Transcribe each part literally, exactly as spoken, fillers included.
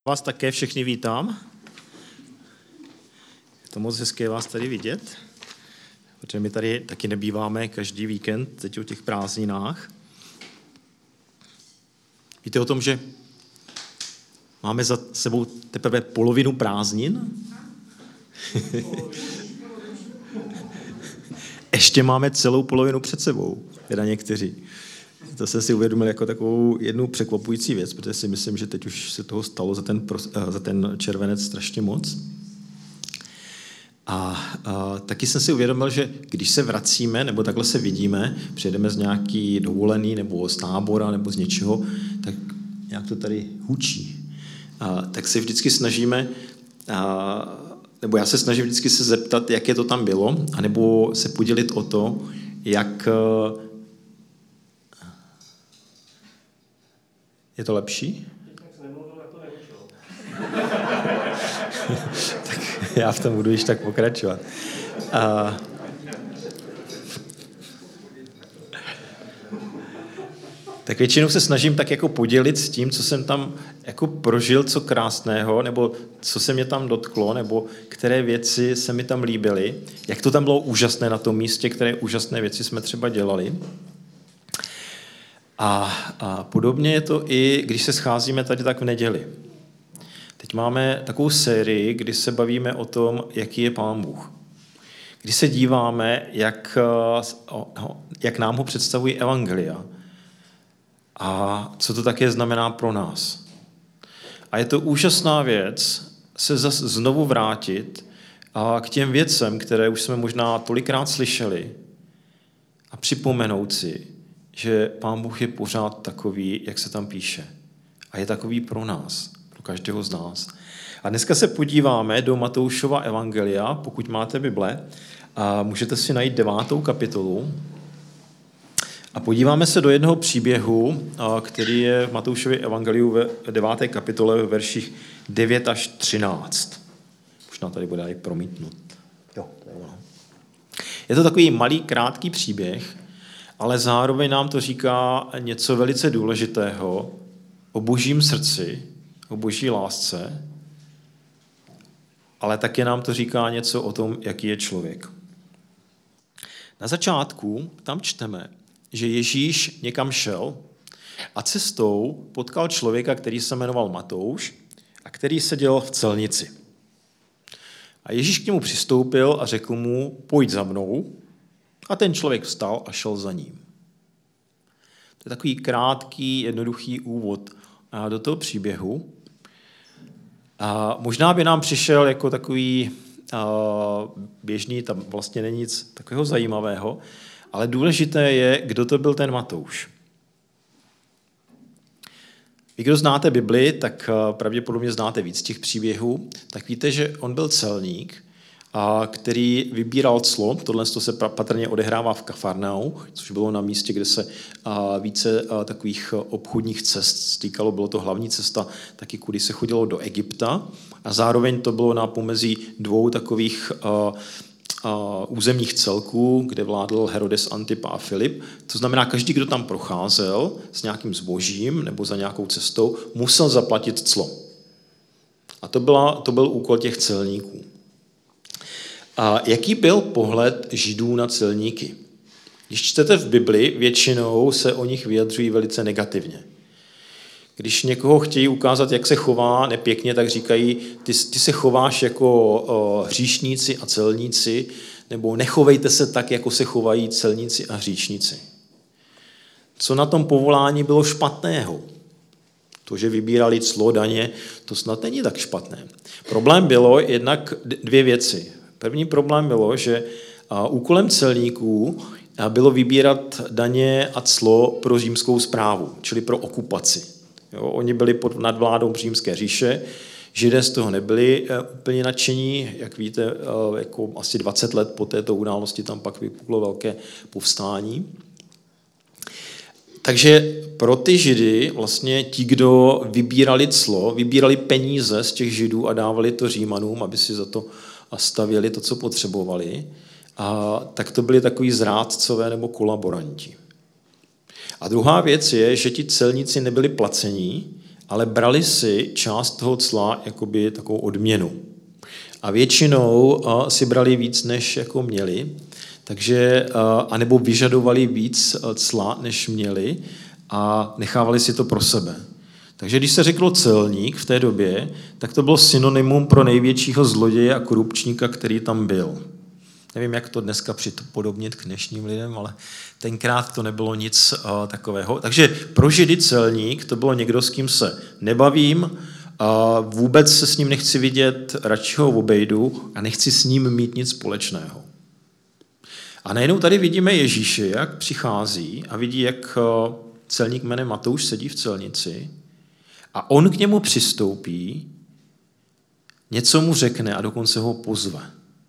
Vás také všechny vítám. Je to moc hezké vás tady vidět, protože my tady taky nebýváme každý víkend, teď o těch prázdninách. Víte o tom, že máme za sebou teprve polovinu prázdnin? Ještě máme celou polovinu před sebou, teda někteří. To jsem si uvědomil jako takovou jednu překvapující věc, protože si myslím, že teď už se toho stalo za ten, za ten červenec strašně moc. A, a taky jsem si uvědomil, že když se vracíme, nebo takhle se vidíme, přijedeme z nějaký dovolený, nebo z tábora, nebo z něčeho, tak nějak to tady hučí. A, tak se vždycky snažíme, a, nebo já se snažím vždycky se zeptat, jaké to tam bylo, anebo se podělit o to, jak... Je to lepší? Tak já v tom budu již tak pokračovat. A... Tak většinou se snažím tak jako podělit s tím, co jsem tam jako prožil, co krásného, nebo co se mě tam dotklo, nebo které věci se mi tam líbily, jak to tam bylo úžasné na tom místě, které úžasné věci jsme třeba dělali. A, a podobně je to i, když se scházíme tady tak v neděli. Teď máme takovou sérii, kdy se bavíme o tom, jaký je Pán Bůh. Kdy se díváme, jak, jak nám ho představují evangelia a co to také znamená pro nás. A je to úžasná věc se zase znovu vrátit a k těm věcem, které už jsme možná tolikrát slyšeli, a připomenout si, že Pán Bůh je pořád takový, jak se tam píše. A je takový pro nás, pro každého z nás. A dneska se podíváme do Matoušova evangelia, pokud máte Bible, a můžete si najít devátou kapitolu. A podíváme se do jednoho příběhu, který je v Matoušově evangeliu ve deváté kapitole ve verších devět až třináct. Možná tady bude i promítnut. Jo, to je ono. Je to takový malý, krátký příběh, ale zároveň nám to říká něco velice důležitého o božím srdci, o boží lásce, ale také nám to říká něco o tom, jaký je člověk. Na začátku tam čteme, že Ježíš někam šel a cestou potkal člověka, který se jmenoval Matouš a který seděl v celnici. A Ježíš k němu přistoupil a řekl mu, pojď za mnou. A ten člověk vstal a šel za ním. To je takový krátký, jednoduchý úvod do toho příběhu. A možná by nám přišel jako takový běžný, tam vlastně není nic takového zajímavého, ale důležité je, kdo to byl ten Matouš. Vy, kdo znáte Bibli, tak pravděpodobně znáte víc těch příběhů, tak víte, že on byl celník, a který vybíral clo. Tohle se patrně odehrává v Kafarnau, což bylo na místě, kde se více takových obchodních cest stýkalo. Bylo to hlavní cesta, taky kudy se chodilo do Egypta. A zároveň to bylo na pomezí dvou takových územních celků, kde vládl Herodes Antipa a Filip. To znamená, každý, kdo tam procházel s nějakým zbožím nebo za nějakou cestou, musel zaplatit clo. A to, byla, to byl úkol těch celníků. A jaký byl pohled Židů na celníky? Když čtete v Bibli, většinou se o nich vyjadřují velice negativně. Když někoho chtějí ukázat, jak se chová nepěkně, tak říkají, ty, ty se chováš jako uh, hříšníci a celníci, nebo nechovejte se tak, jako se chovají celníci a hříšníci. Co na tom povolání bylo špatného? To, že vybírali clo, daně, to snad není tak špatné. Problém bylo jednak dvě věci. První problém bylo, že úkolem celníků bylo vybírat daně a clo pro římskou správu, čili pro okupaci. Jo, oni byli pod nadvládou římské říše, Židé z toho nebyli úplně nadšení, jak víte, jako asi dvacet let po této události tam pak vypuklo velké povstání. Takže pro ty Židy vlastně ti, kdo vybírali clo, vybírali peníze z těch Židů a dávali to Římanům, aby si za to stavěli to, co potřebovali, a tak to byli takový zrádcové nebo kolaboranti. A druhá věc je, že ti celníci nebyli placení, ale brali si část toho cla jakoby takovou odměnu. A většinou si brali víc, než jako měli, takže, anebo vyžadovali víc cla, než měli a nechávali si to pro sebe. Takže když se řeklo celník v té době, tak to bylo synonymum pro největšího zloděje a korupčníka, který tam byl. Nevím, jak to dneska připodobnit k dnešním lidem, ale tenkrát to nebylo nic uh, takového. Takže pro Židy celník to bylo někdo, s kým se nebavím, uh, vůbec se s ním nechci vidět, radši ho obejdu a nechci s ním mít nic společného. A najednou tady vidíme Ježíše, jak přichází a vidí, jak uh, celník jménem Matouš sedí v celnici a on k němu přistoupí, něco mu řekne a dokonce ho pozve.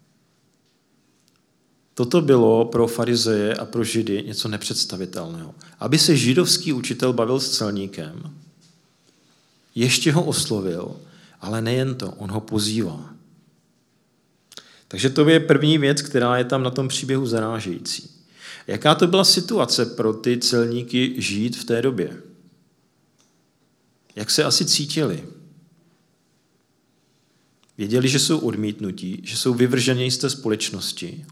Toto bylo pro farizeje a pro Židy něco nepředstavitelného. Aby se židovský učitel bavil s celníkem, ještě ho oslovil, ale nejen to, on ho pozývá. Takže to je první věc, která je tam na tom příběhu zarážející. Jaká to byla situace pro ty celníky žít v té době? Jak se asi cítili? Věděli, že jsou odmítnutí, že jsou vyvrženi z té společnosti,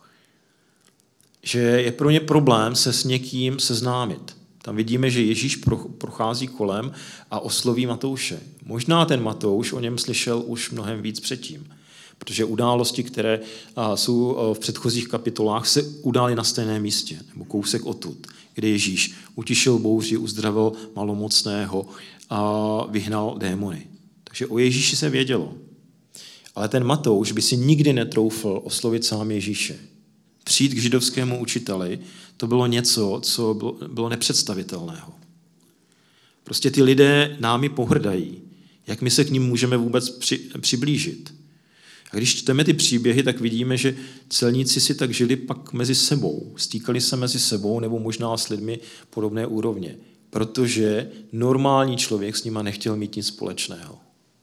že je pro ně problém se s někým seznámit. Tam vidíme, že Ježíš prochází kolem a osloví Matouše. Možná ten Matouš o něm slyšel už mnohem víc předtím, protože události, které jsou v předchozích kapitolách, se udály na stejném místě, nebo kousek odtud, kde Ježíš utišil bouři, uzdravil malomocného a vyhnal démony. Takže o Ježíši se vědělo. Ale ten Matouš by si nikdy netroufl oslovit sám Ježíše. Přijít k židovskému učiteli, to bylo něco, co bylo, bylo nepředstavitelného. Prostě ty lidé námi pohrdají. Jak my se k ním můžeme vůbec při, přiblížit? A když čteme ty příběhy, tak vidíme, že celníci si tak žili pak mezi sebou. Stýkali se mezi sebou nebo možná s lidmi podobné úrovně. Protože normální člověk s nima nechtěl mít nic společného.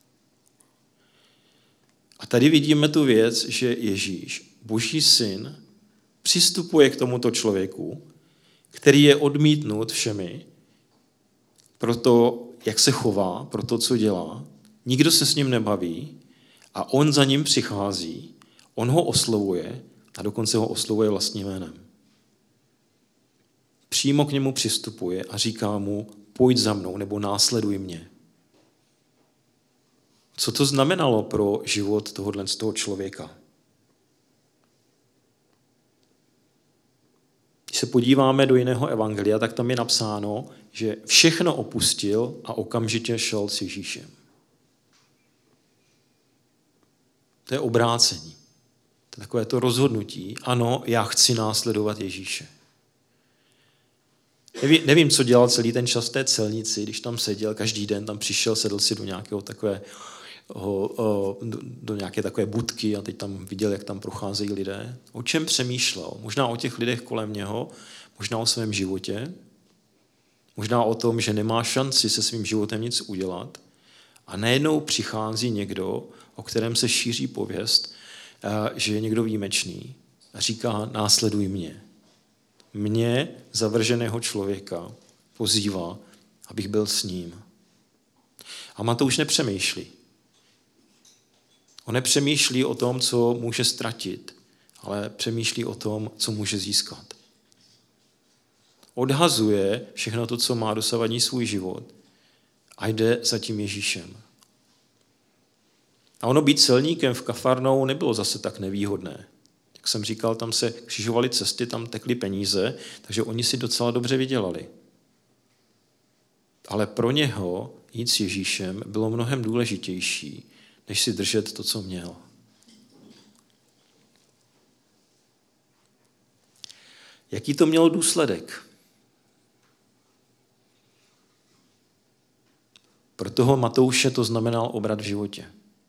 A tady vidíme tu věc, že Ježíš, Boží syn, přistupuje k tomuto člověku, který je odmítnut všemi, pro to, jak se chová, pro to, co dělá. Nikdo se s ním nebaví a on za ním přichází, on ho oslovuje a dokonce ho oslovuje vlastním jménem. Přímo k němu přistupuje a říká mu, pojď za mnou nebo následuj mě. Co to znamenalo pro život tohohle z toho člověka? Když se podíváme do jiného evangelia, tak tam je napsáno, že všechno opustil a okamžitě šel s Ježíšem. To je obrácení. To je takové to rozhodnutí. Ano, já chci následovat Ježíše. Nevím, nevím, co dělal celý ten čas v té celnici, když tam seděl, každý den tam přišel, sedl si do nějakého takové, do, do nějaké takové budky a teď tam viděl, jak tam procházejí lidé. O čem přemýšlel? Možná o těch lidech kolem něho, možná o svém životě, možná o tom, že nemá šanci se svým životem nic udělat. A najednou přichází někdo, o kterém se šíří pověst, že je někdo výjimečný a říká, následuj mě. Mě, zavrženého člověka, pozývá, abych byl s ním. A Matouš nepřemýšlí. On nepřemýšlí o tom, co může ztratit, ale přemýšlí o tom, co může získat. Odhazuje všechno to, co má dosavadní svůj život a jde za tím Ježíšem. A ono být celníkem v Kafarnou nebylo zase tak nevýhodné. Jak jsem říkal, tam se křižovaly cesty, tam tekly peníze, takže oni si docela dobře vydělali. Ale pro něho jít s Ježíšem bylo mnohem důležitější, než si držet to, co měl. Jaký to mělo důsledek? Pro toho Matouše to znamenal obrat v životě.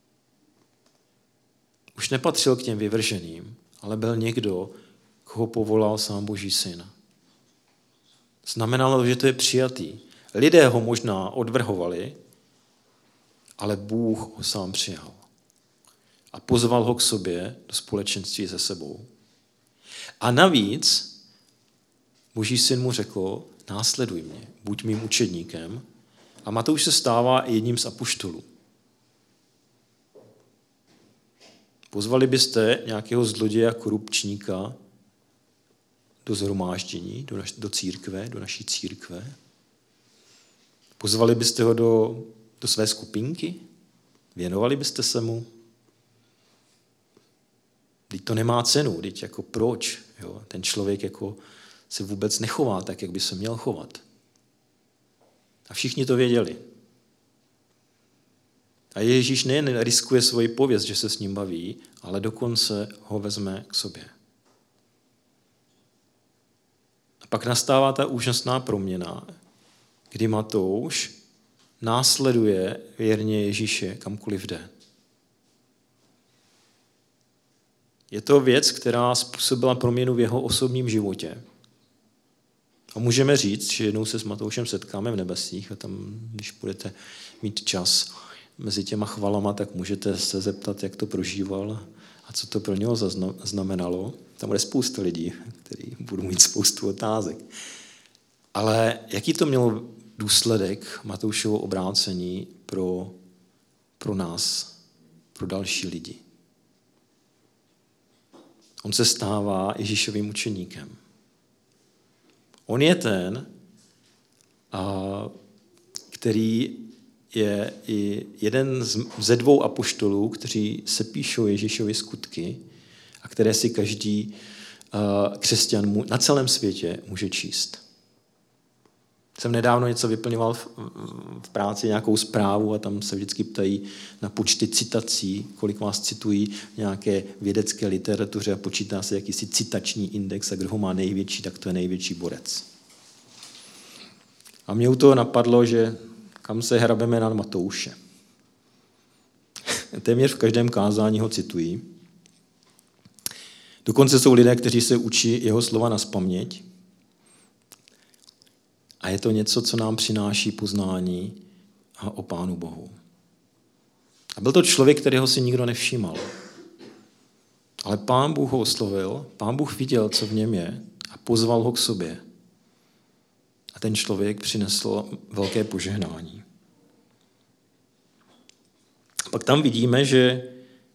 Už nepatřil k těm vyvrženým, ale byl někdo, koho povolal sám Boží syn. Znamenalo, že to je přijatý. Lidé ho možná odvrhovali, ale Bůh ho sám přijal. A pozval ho k sobě do společenství se sebou. A navíc Boží syn mu řekl, následuj mě, buď mým učedníkem A Matouš se stává jedním z apoštolů. Pozvali byste nějakého zloděje a korupčníka do shromáždění, do, naš, do církve, do naší církve? Pozvali byste ho do, do své skupinky? Věnovali byste se mu? Teď to nemá cenu, teď jako proč? Jo? Ten člověk jako se vůbec nechová tak, jak by se měl chovat. A všichni to věděli. A Ježíš nejen riskuje svoji pověst, že se s ním baví, ale dokonce ho vezme k sobě. A pak nastává ta úžasná proměna, kdy Matouš následuje věrně Ježíše kamkoliv jde. Je to věc, která způsobila proměnu v jeho osobním životě. A můžeme říct, že jednou se s Matoušem setkáme v nebesích a tam, když budete mít čas mezi těma chvalama, tak můžete se zeptat, jak to prožíval a co to pro něho znamenalo. Tam bude spousta lidí, kteří budou mít spoustu otázek. Ale jaký to mělo důsledek Matoušovo obrácení pro, pro nás, pro další lidi? On se stává Ježíšovým učeníkem. On je ten, který je i jeden ze dvou apoštolů, kteří se píšou Ježíšovy skutky a které si každý křesťan na celém světě může číst. Jsem nedávno něco vyplňoval v, v práci, nějakou zprávu a tam se vždycky ptají na počty citací, kolik vás citují v nějaké vědecké literatuře a počítá se jakýsi citační index a kdo ho má největší, tak to je největší borec. A mě u toho napadlo, že kam se hrabeme na Matouše. Téměř v každém kázání ho citují. Dokonce jsou lidé, kteří se učí jeho slova nazpaměť. A je to něco, co nám přináší poznání o Pánu Bohu. A byl to člověk, kterého si nikdo nevšímal. Ale Pán Bůh ho oslovil, Pán Bůh viděl, co v něm je a pozval ho k sobě. A ten člověk přinesl velké požehnání. Pak tam vidíme, že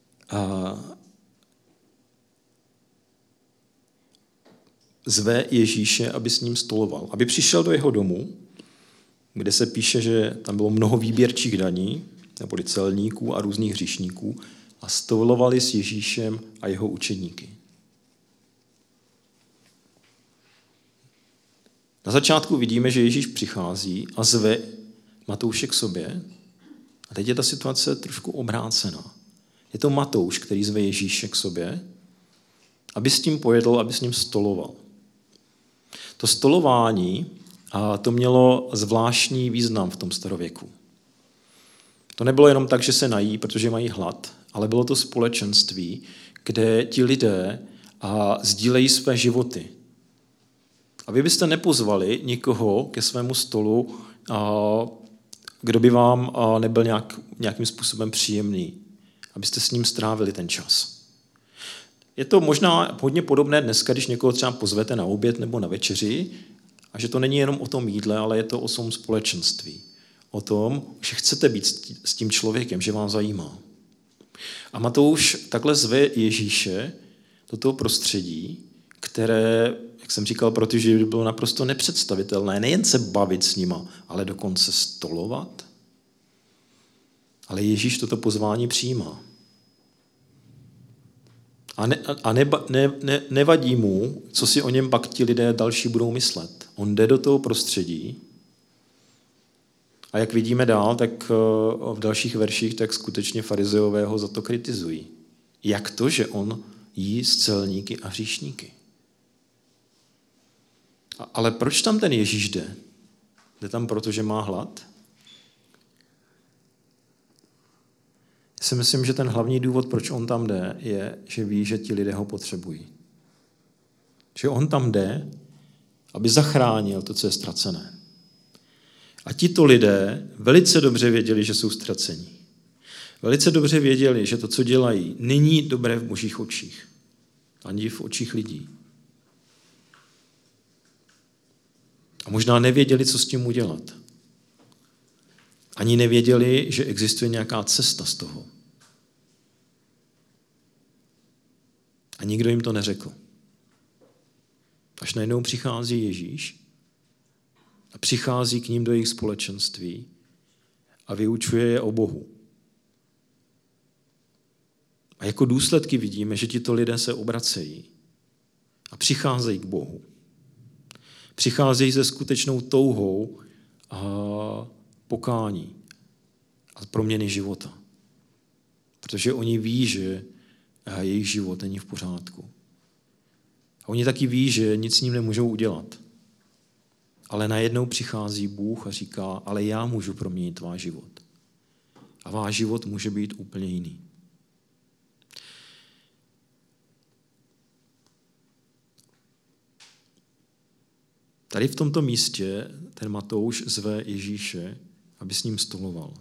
zve Ježíše, aby s ním stoloval. Aby přišel do jeho domu, kde se píše, že tam bylo mnoho výběrčích daní, neboli celníků a různých hříšníků, a stolovali s Ježíšem a jeho učedníky. Na začátku vidíme, že Ježíš přichází a zve Matouše k sobě. A teď je ta situace trošku obrácená. Je to Matouš, který zve Ježíše k sobě, aby s tím pojedl, aby s ním stoloval. To stolování a to mělo zvláštní význam v tom starověku. To nebylo jenom tak, že se nají, protože mají hlad, ale bylo to společenství, kde ti lidé a sdílejí své životy. A vy byste nepozvali nikoho ke svému stolu, a, kdo by vám a, nebyl nějak, nějakým způsobem příjemný, abyste s ním strávili ten čas. Je to možná hodně podobné dneska, když někoho třeba pozvete na oběd nebo na večeři, a že to není jenom o tom jídle, ale je to o tom společenství. O tom, že chcete být s tím člověkem, že vám zajímá. A Matouš takhle zve Ježíše do toho prostředí, které, jak jsem říkal, protože bylo naprosto nepředstavitelné, nejen se bavit s nima, ale dokonce stolovat. Ale Ježíš toto pozvání přijímá. A, ne, a ne, ne, ne, nevadí mu, co si o něm pak ti lidé další budou myslet. On jde do toho prostředí a jak vidíme dál, tak v dalších verších, tak skutečně farizeové ho za to kritizují. Jak to, že on jí s celníky a hříšníky? Ale proč tam ten Ježíš jde? Jde tam proto, že má hlad? Já si myslím, že ten hlavní důvod, proč on tam jde, je, že ví, že ti lidé ho potřebují. Že on tam jde, aby zachránil to, co je ztracené. A tito lidé velice dobře věděli, že jsou ztracení. Velice dobře věděli, že to, co dělají, není dobré v božích očích. Ani v očích lidí. A možná nevěděli, co s tím udělat. Ani nevěděli, že existuje nějaká cesta z toho. A nikdo jim to neřekl. Až najednou přichází Ježíš a přichází k ním do jejich společenství a vyučuje je o Bohu. A jako důsledky vidíme, že tito lidé se obracejí a přicházejí k Bohu. Přicházejí se skutečnou touhou a pokání a proměny života. Protože oni ví, že jejich život není v pořádku. A oni taky ví, že nic s ním nemůžou udělat. Ale najednou přichází Bůh a říká, ale já můžu proměnit váš život. A váš život může být úplně jiný. Tady v tomto místě ten Matouš zve Ježíše, aby s ním stoloval.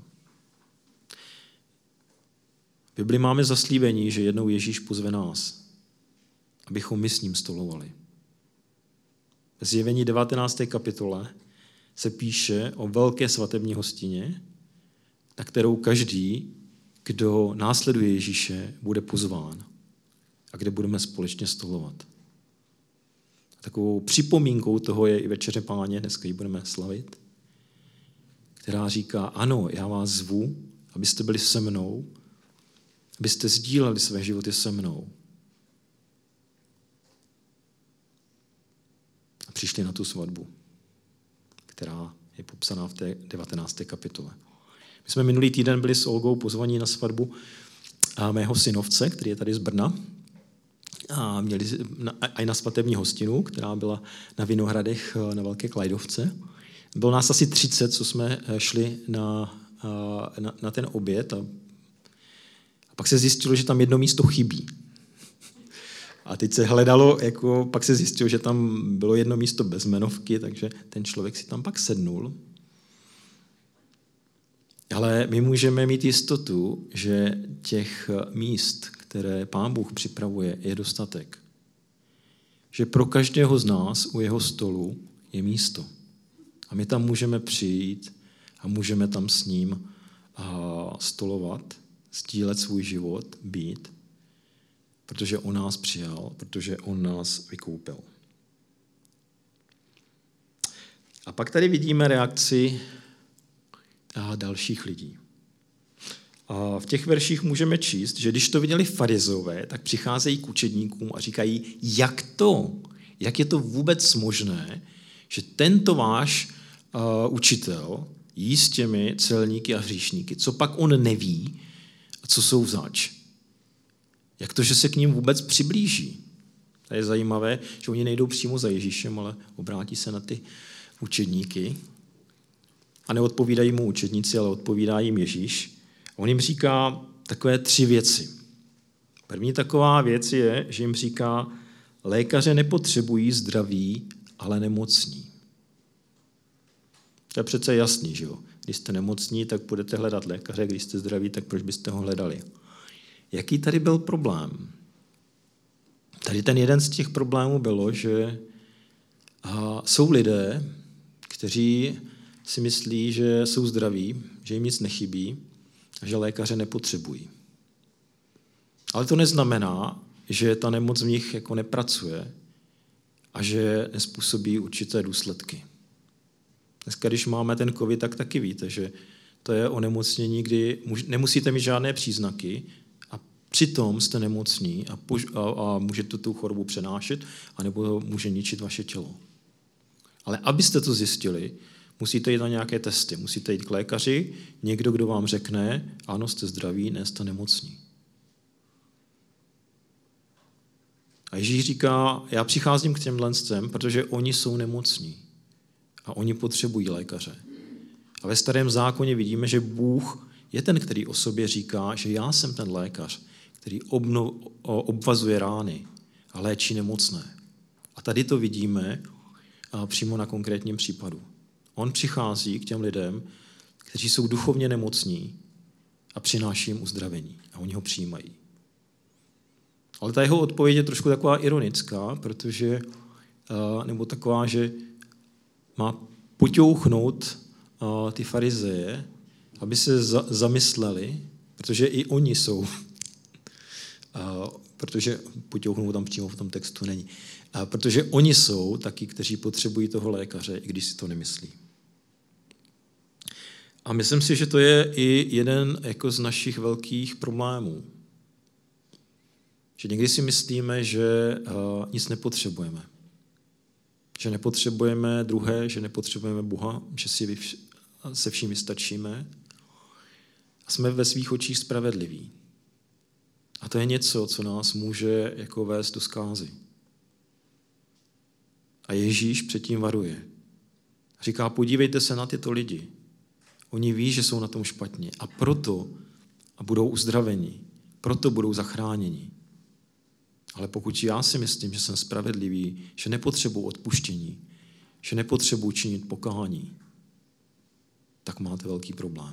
V Bibli máme zaslíbení, že jednou Ježíš pozve nás, abychom my s ním stolovali. V Zjevení devatenácté kapitole se píše o velké svatební hostině, na kterou každý, kdo následuje Ježíše, bude pozván a kde budeme společně stolovat. A takovou připomínkou toho je i Večeře Páně, dneska ji budeme slavit, která říká, ano, já vás zvu, abyste byli se mnou, abyste sdíleli své životy se mnou. A přišli na tu svatbu, která je popsaná v té devatenácté kapitole. My jsme minulý týden byli s Olgou pozvaní na svatbu mého synovce, který je tady z Brna. A měli i na svatební hostinu, která byla na Vinohradech na Velké Klajdovce. Bylo nás asi třicet, co jsme šli na, na, na ten oběd. A, a pak se zjistilo, že tam jedno místo chybí. A teď se hledalo, jako, pak se zjistilo, že tam bylo jedno místo bez jmenovky, takže ten člověk si tam pak sednul. Ale my můžeme mít jistotu, že těch míst, které Pán Bůh připravuje, je dostatek. Že pro každého z nás u jeho stolu je místo. A my tam můžeme přijít a můžeme tam s ním stolovat, sdílet svůj život, být, protože on nás přijal, protože on nás vykoupil. A pak tady vidíme reakci dalších lidí. A v těch verších můžeme číst, že když to viděli farizové, tak přicházejí k učedníkům a říkají, jak to, jak je to vůbec možné, že tento váš uh, učitel jí s těmi celníky a hříšníky, co pak on neví, co jsou zač. Jak to, že se k ním vůbec přiblíží. To je zajímavé, že oni nejdou přímo za Ježíšem, ale obrátí se na ty učedníky. A neodpovídají mu učedníci, ale odpovídá jim Ježíš. On jim říká takové tři věci. První taková věc je, že jim říká, lékaře nepotřebují zdraví, ale nemocní. To je přece jasný, že jo? Když jste nemocní, tak budete hledat lékaře, když jste zdraví, tak proč byste ho hledali? Jaký tady byl problém? Tady ten jeden z těch problémů bylo, že jsou lidé, kteří si myslí, že jsou zdraví, že jim nic nechybí a že lékaře nepotřebují. Ale to neznamená, že ta nemoc v nich jako nepracuje a že nezpůsobí určité důsledky. Dneska, když máme ten covid, tak taky víte, že to je onemocnění, kdy nemusíte mít žádné příznaky a přitom jste nemocní a, pož- a, a můžete tu chorobu přenášet anebo může ničit vaše tělo. Ale abyste to zjistili, musíte jít na nějaké testy, musíte jít k lékaři, někdo, kdo vám řekne, ano, jste zdraví, ne, jste nemocní. A Ježíš říká, já přicházím k těmhle těm, protože oni jsou nemocní a oni potřebují lékaře. A ve Starém zákoně vidíme, že Bůh je ten, který o sobě říká, že já jsem ten lékař, který obno, obvazuje rány a léčí nemocné. A tady to vidíme přímo na konkrétním případu. On přichází k těm lidem, kteří jsou duchovně nemocní a přináší jim uzdravení. A oni ho přijímají. Ale ta jeho odpověď je trošku taková ironická, protože, nebo taková, že má poťouchnout ty farizeje, aby se za, zamysleli, protože i oni jsou, a, protože potěuchnout tam přímo v tom textu není, a protože oni jsou taky, kteří potřebují toho lékaře, i když si to nemyslí. A myslím si, že to je i jeden jako z našich velkých problémů. Že někdy si myslíme, že uh, nic nepotřebujeme. Že nepotřebujeme druhé, že nepotřebujeme Boha, že si vš- se vším vystačíme. A jsme ve svých očích spravedliví. A to je něco, co nás může jako vést do zkázy. A Ježíš předtím varuje. Říká, podívejte se na tyto lidi. Oni ví, že jsou na tom špatně a proto a budou uzdraveni, proto budou zachráněni. Ale pokud já si myslím, že jsem spravedlivý, že nepotřebuji odpuštění, že nepotřebuji činit pokání, tak máte velký problém.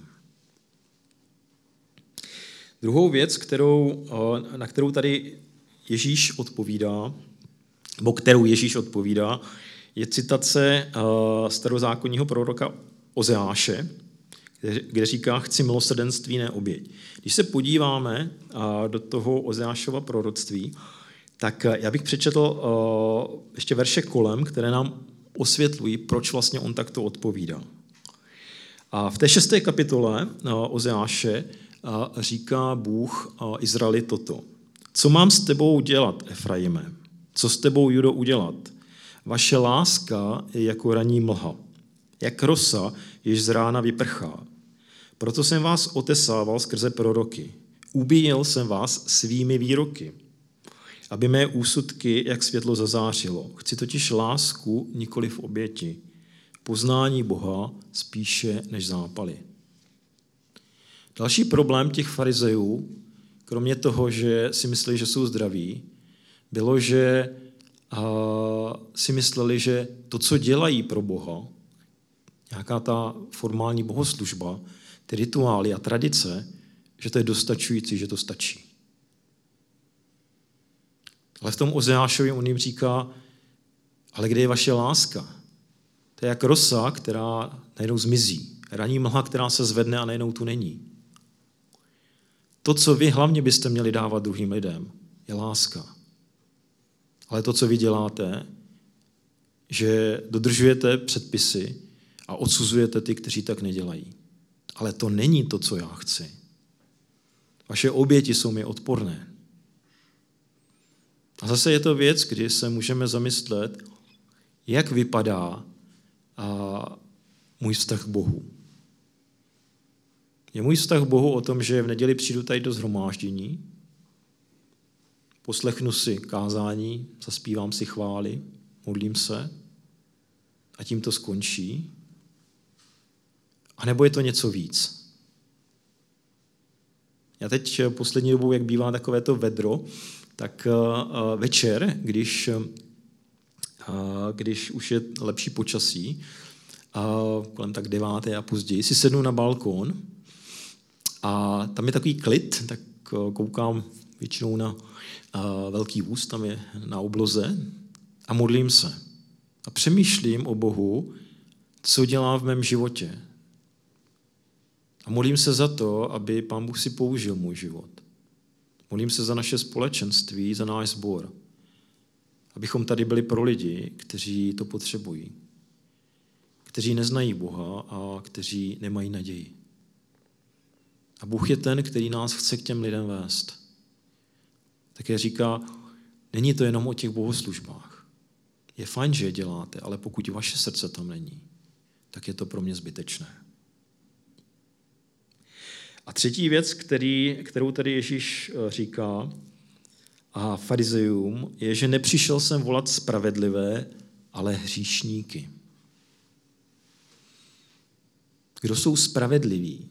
Druhou věc, kterou, na kterou tady Ježíš odpovídá, nebo kterou Ježíš odpovídá, je citace starozákonního proroka Ozeáše, kde říká, chci milosrdenství, ne oběť. Když se podíváme do toho Ozeášova proroctví, tak já bych přečetl ještě verše kolem, které nám osvětlují, proč vlastně on takto odpovídá. A v té šesté kapitole Ozeáše říká Bůh Izraeli toto. Co mám s tebou dělat, Efraime? Co s tebou, Judo, udělat? Vaše láska je jako ranní mlha, jak rosa, jež z rána vyprchá. Proto jsem vás otesával skrze proroky. Ubíjel jsem vás svými výroky, aby mé úsudky jak světlo zazářilo. Chci totiž lásku, nikoliv oběti, poznání Boha spíše než zápaly. Další problém těch farizejů, kromě toho, že si mysleli, že jsou zdraví, bylo, že si mysleli, že to, co dělají pro Boha, nějaká ta formální bohoslužba, ty rituály a tradice, že to je dostačující, že to stačí. Ale v tom Ozeášovi on jim říká, ale kde je vaše láska? To je jak rosa, která najednou zmizí. Ranní mlha, která se zvedne a najednou tu není. To, co vy hlavně byste měli dávat druhým lidem, je láska. Ale to, co vy děláte, že dodržujete předpisy a odsuzujete ty, kteří tak nedělají. Ale to není to, co já chci. Vaše oběti jsou mi odporné. A zase je to věc, kdy se můžeme zamyslet, jak vypadá a, můj vztah k Bohu. Je můj vztah k Bohu o tom, že v neděli přijdu tady do shromáždění, poslechnu si kázání, zaspívám si chvály, modlím se a tím to skončí? A nebo je to něco víc? Já teď poslední dobou, jak bývá takové to vedro, tak večer, když, když už je lepší počasí, kolem tak deváté a později, si sednu na balkón a tam je takový klid, tak koukám většinou na velký vůz, tam je na obloze a modlím se. A přemýšlím o Bohu, co dělá v mém životě. A modlím se za to, aby Pán Bůh si použil můj život. Modlím se za naše společenství, za náš sbor. Abychom tady byli pro lidi, kteří to potřebují. Kteří neznají Boha a kteří nemají naději. A Bůh je ten, který nás chce k těm lidem vést. Také říká, není to jenom o těch bohoslužbách. Je fajn, že je děláte, ale pokud vaše srdce tam není, tak je to pro mě zbytečné. A třetí věc, který, kterou tady Ježíš říká a farizejům, je, že nepřišel jsem volat spravedlivé, ale hříšníky. Kdo jsou spravedliví?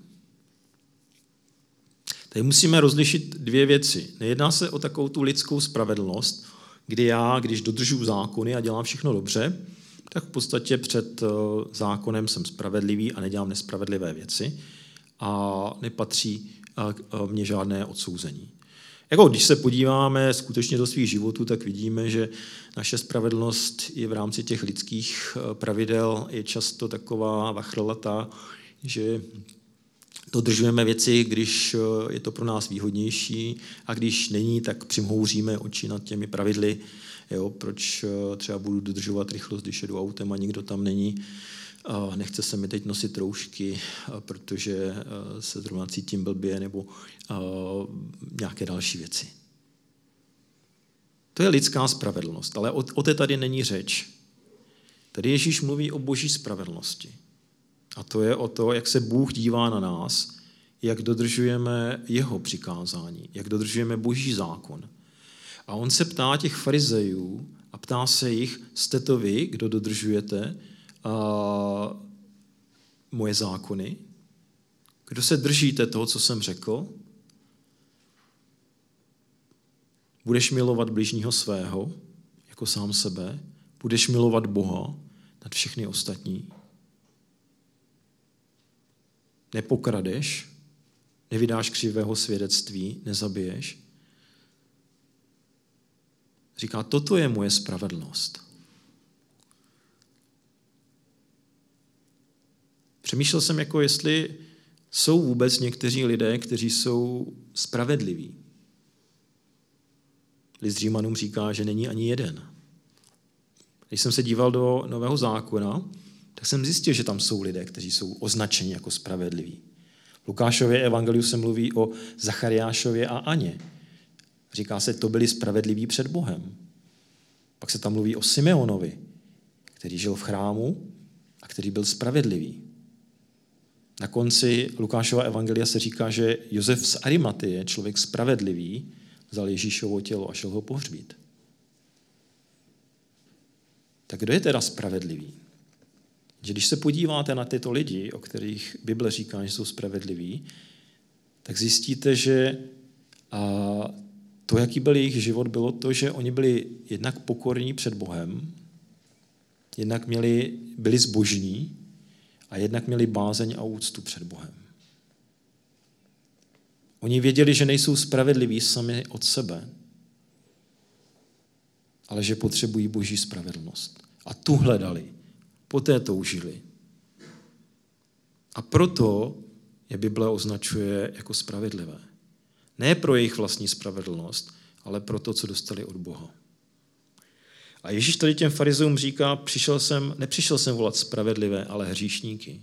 Tady musíme rozlišit dvě věci. Nejedná se o takovou tu lidskou spravedlnost, kdy já, když dodržuji zákony a dělám všechno dobře, tak v podstatě před zákonem jsem spravedlivý a nedělám nespravedlivé věci a nepatří mně žádné odsouzení. Jako když se podíváme skutečně do svých životů, tak vidíme, že naše spravedlnost je v rámci těch lidských pravidel je často taková vachrlatá, že dodržujeme věci, když je to pro nás výhodnější a když není, tak přimhouříme oči nad těmi pravidly. Jo, proč třeba budu dodržovat rychlost, když jedu autem a nikdo tam není. Nechce se mi teď nosit roušky, protože se zrovna cítím blbě, nebo nějaké další věci. To je lidská spravedlnost, ale o té tady není řeč. Tady Ježíš mluví o boží spravedlnosti. A to je o to, jak se Bůh dívá na nás, jak dodržujeme jeho přikázání, jak dodržujeme boží zákon. A on se ptá těch farizejů a ptá se jich, jste to vy, kdo dodržujete a moje zákony? Kdo se držíte toho, co jsem řekl? Budeš milovat bližního svého, jako sám sebe? Budeš milovat Boha nad všechny ostatní? Nepokradeš? Nevydáš křivého svědectví? Nezabiješ? Říká, toto je moje spravedlnost. Přemýšlel jsem, jako jestli jsou vůbec někteří lidé, kteří jsou spravedliví. List Římanům říká, že není ani jeden. Když jsem se díval do Nového zákona, tak jsem zjistil, že tam jsou lidé, kteří jsou označeni jako spravedliví. V Lukášově evangeliu se mluví o Zachariášově a Aně. Říká se, to byli spravedliví před Bohem. Pak se tam mluví o Simeonovi, který žil v chrámu a který byl spravedlivý. Na konci Lukášova evangelia se říká, že Josef z Arimatie, člověk spravedlivý, vzal Ježíšovo tělo a šel ho pohřbít. Tak kdo je teda spravedlivý? Že když se podíváte na tyto lidi, o kterých Bible říká, že jsou spravedliví, tak zjistíte, že to, jaký byl jejich život, bylo to, že oni byli jednak pokorní před Bohem, jednak měli, byli zbožní a jednak měli bázeň a úctu před Bohem. Oni věděli, že nejsou spravedliví sami od sebe, ale že potřebují boží spravedlnost. A tu hledali, poté toužili. A proto je Bible označuje jako spravedlivé. Ne pro jejich vlastní spravedlnost, ale pro to, co dostali od Boha. A Ježíš tady těm farizeům říká, přišel jsem, nepřišel jsem volat spravedlivé, ale hříšníky.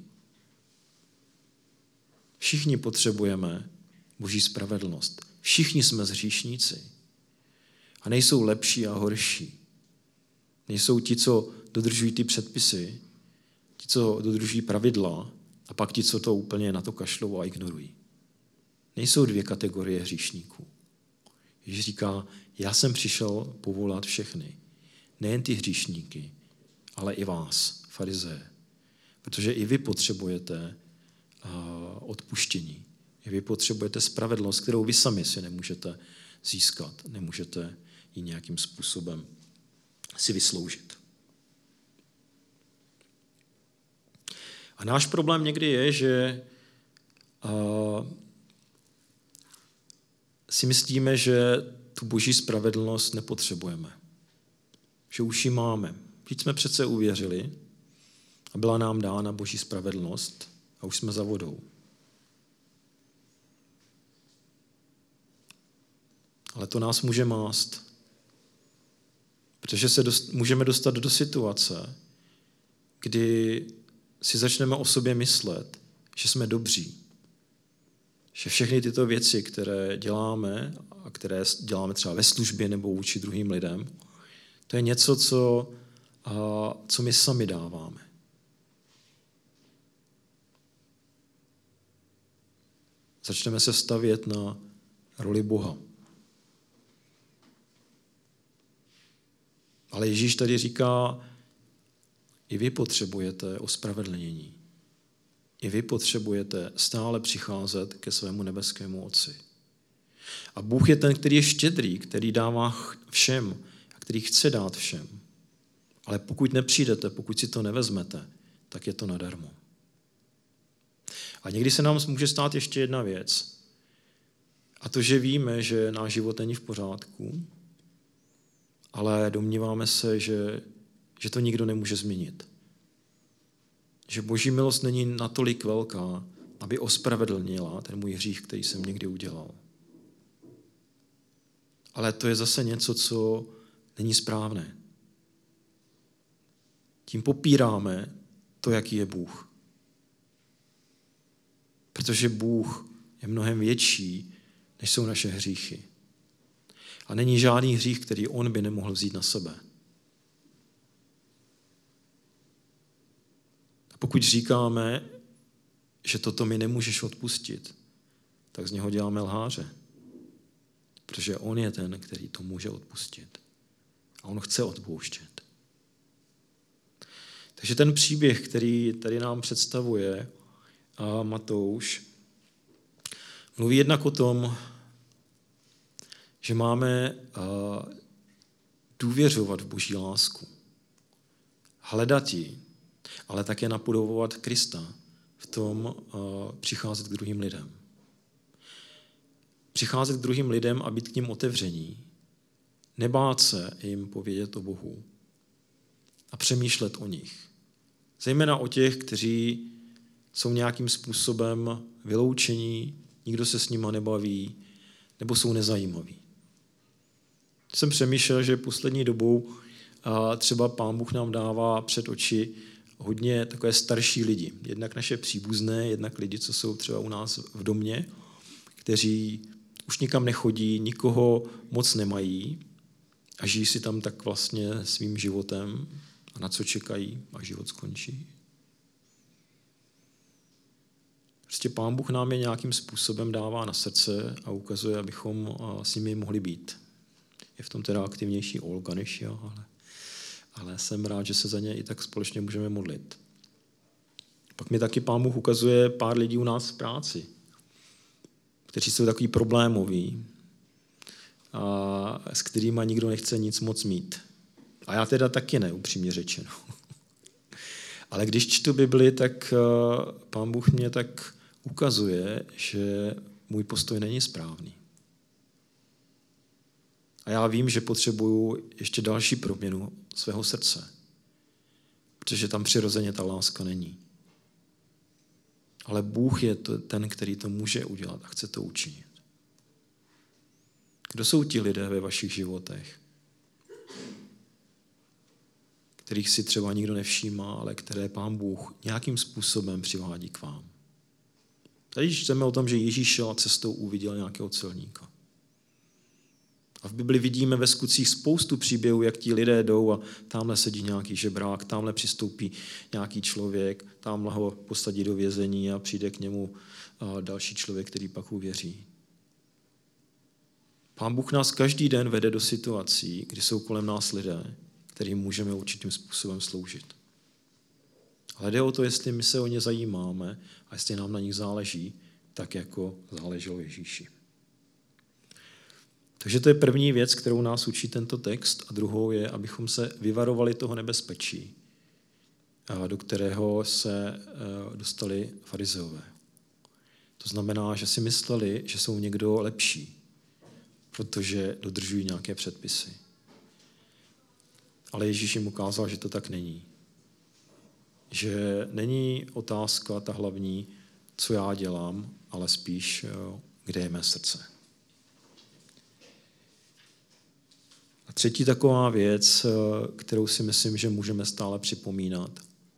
Všichni potřebujeme boží spravedlnost. Všichni jsme hříšníci. A nejsou lepší a horší. Nejsou ti, co dodržují ty předpisy, ti, co dodržují pravidla, a pak ti, co to úplně na to kašlou a ignorují. Nejsou dvě kategorie hříšníků. Ježíš říká, já jsem přišel povolat všechny. Nejen ty hříšníky, ale i vás, farizeje. Protože i vy potřebujete odpuštění. I vy potřebujete spravedlnost, kterou vy sami si nemůžete získat. Nemůžete ji nějakým způsobem si vysloužit. A náš problém někdy je, že si myslíme, že tu boží spravedlnost nepotřebujeme. Že už ji máme. Vždyť jsme přece uvěřili a byla nám dána boží spravedlnost a už jsme za vodou. Ale to nás může mást. Protože se dost, můžeme dostat do situace, kdy si začneme o sobě myslet, že jsme dobří. Že všechny tyto věci, které děláme a které děláme třeba ve službě nebo vůči druhým lidem, to je něco, co, a, co my sami dáváme. Začneme se stavět na roli Boha. Ale Ježíš tady říká, i vy potřebujete ospravedlnění. I vy potřebujete stále přicházet ke svému nebeskému Otci. A Bůh je ten, který je štědrý, který dává všem a který chce dát všem. Ale pokud nepřijdete, pokud si to nevezmete, tak je to nadarmo. A někdy se nám může stát ještě jedna věc. A to, že víme, že náš život není v pořádku, ale domníváme se, že, že to nikdo nemůže změnit. Že boží milost není natolik velká, aby ospravedlnila ten můj hřích, který jsem někdy udělal. Ale to je zase něco, co není správné. Tím popíráme to, jaký je Bůh. Protože Bůh je mnohem větší, než jsou naše hříchy. A není žádný hřích, který on by nemohl vzít na sebe. A pokud říkáme, že toto mi nemůžeš odpustit, tak z něho děláme lháře. Protože on je ten, který to může odpustit. A on chce odpouštět. Takže ten příběh, který tady nám představuje a Matouš, mluví jednak o tom, že máme důvěřovat v Boží lásku, hledat ji, ale také napodobovat Krista v tom přicházet k druhým lidem. Přicházet k druhým lidem a být k nim otevření, nebát se jim povědět o Bohu a přemýšlet o nich. Zejména o těch, kteří jsou nějakým způsobem vyloučení, nikdo se s nima nebaví, nebo jsou nezajímaví. Jsem přemýšlel, že poslední dobou třeba Pán Bůh nám dává před oči hodně takové starší lidi. Jednak naše příbuzné, jednak lidi, co jsou třeba u nás v domě, kteří už nikam nechodí, nikoho moc nemají a žijí si tam tak vlastně svým životem a na co čekají, až život skončí. Prostě Pán Bůh nám je nějakým způsobem dává na srdce a ukazuje, abychom s nimi mohli být. Je v tom teda aktivnější Olga než já, ale, ale jsem rád, že se za ně i tak společně můžeme modlit. Pak mi taky Pán Bůh ukazuje pár lidí u nás v práci, kteří jsou takový problémoví a s kterými nikdo nechce nic moc mít. A já teda taky ne, upřímně řečeno. Ale když čtu Bibli, tak Pán Bůh mě tak ukazuje, že můj postoj není správný. A já vím, že potřebuju ještě další proměnu svého srdce, protože tam přirozeně ta láska není. Ale Bůh je to ten, který to může udělat a chce to učinit. Kdo jsou ti lidé ve vašich životech, kterých si třeba nikdo nevšímá, ale které Pán Bůh nějakým způsobem přivádí k vám? Tady čteme o tom, že Ježíš šel a cestou uviděl nějakého celníka. A v Bibli vidíme ve skutcích spoustu příběhů, jak ti lidé jdou a tamhle sedí nějaký žebrák, tamhle přistoupí nějaký člověk, tamhle ho posadí do vězení a přijde k němu další člověk, který pak uvěří. Pán Bůh nás každý den vede do situací, kdy jsou kolem nás lidé, kterým můžeme určitým způsobem sloužit. Ale jde o to, jestli my se o ně zajímáme a jestli nám na nich záleží, tak jako záleželo Ježíši. Takže to je první věc, kterou nás učí tento text, a druhou je, abychom se vyvarovali toho nebezpečí, do kterého se dostali farizeové. To znamená, že si mysleli, že jsou někdo lepší, protože dodržují nějaké předpisy. Ale Ježíš jim ukázal, že to tak není. Že není otázka ta hlavní, co já dělám, ale spíš, kde je mé srdce. A třetí taková věc, kterou si myslím, že můžeme stále připomínat,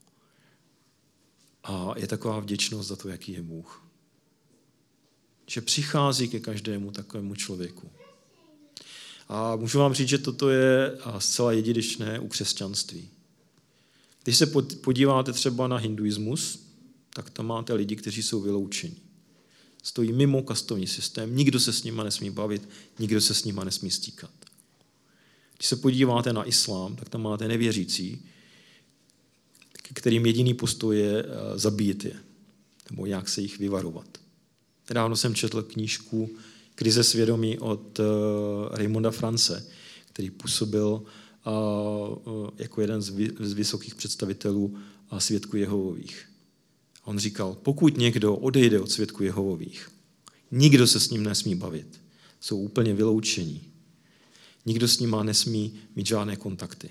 a je taková vděčnost za to, jaký je Bůh. Že přichází ke každému takovému člověku. A můžu vám říct, že toto je zcela jedinečné u křesťanství. Když se podíváte třeba na hinduismus, tak tam máte lidi, kteří jsou vyloučeni. Stojí mimo kastovní systém, nikdo se s nima nesmí bavit, nikdo se s nima nesmí stýkat. Když se podíváte na islám, tak tam máte nevěřící, kterým jediný postoj je zabít je, nebo nějak se jich vyvarovat. Nedávno jsem četl knížku Krize svědomí od Raymonda France, který působil jako jeden z vysokých představitelů svědků Jehovových. On říkal, pokud někdo odejde od svědků Jehovových, nikdo se s ním nesmí bavit. Jsou úplně vyloučení. Nikdo s nima nesmí mít žádné kontakty.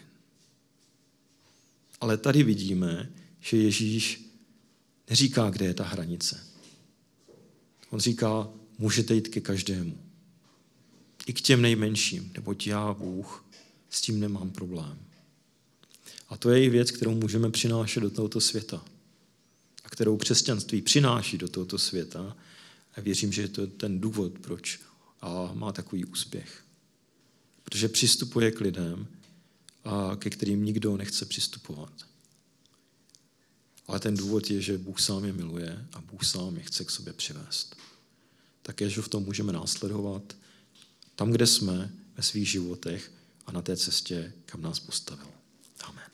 Ale tady vidíme, že Ježíš neříká, kde je ta hranice. On říká, můžete jít ke každému. I k těm nejmenším, neboť já, Bůh, s tím nemám problém. A to je i věc, kterou můžeme přinášet do tohoto světa. A kterou křesťanství přináší do tohoto světa. A věřím, že je to ten důvod, proč a má takový úspěch. Protože přistupuje k lidem, a ke kterým nikdo nechce přistupovat. Ale ten důvod je, že Bůh sám je miluje a Bůh sám je chce k sobě přivést. Také, že v tom můžeme následovat tam, kde jsme ve svých životech a na té cestě, kam nás postavil. Amen.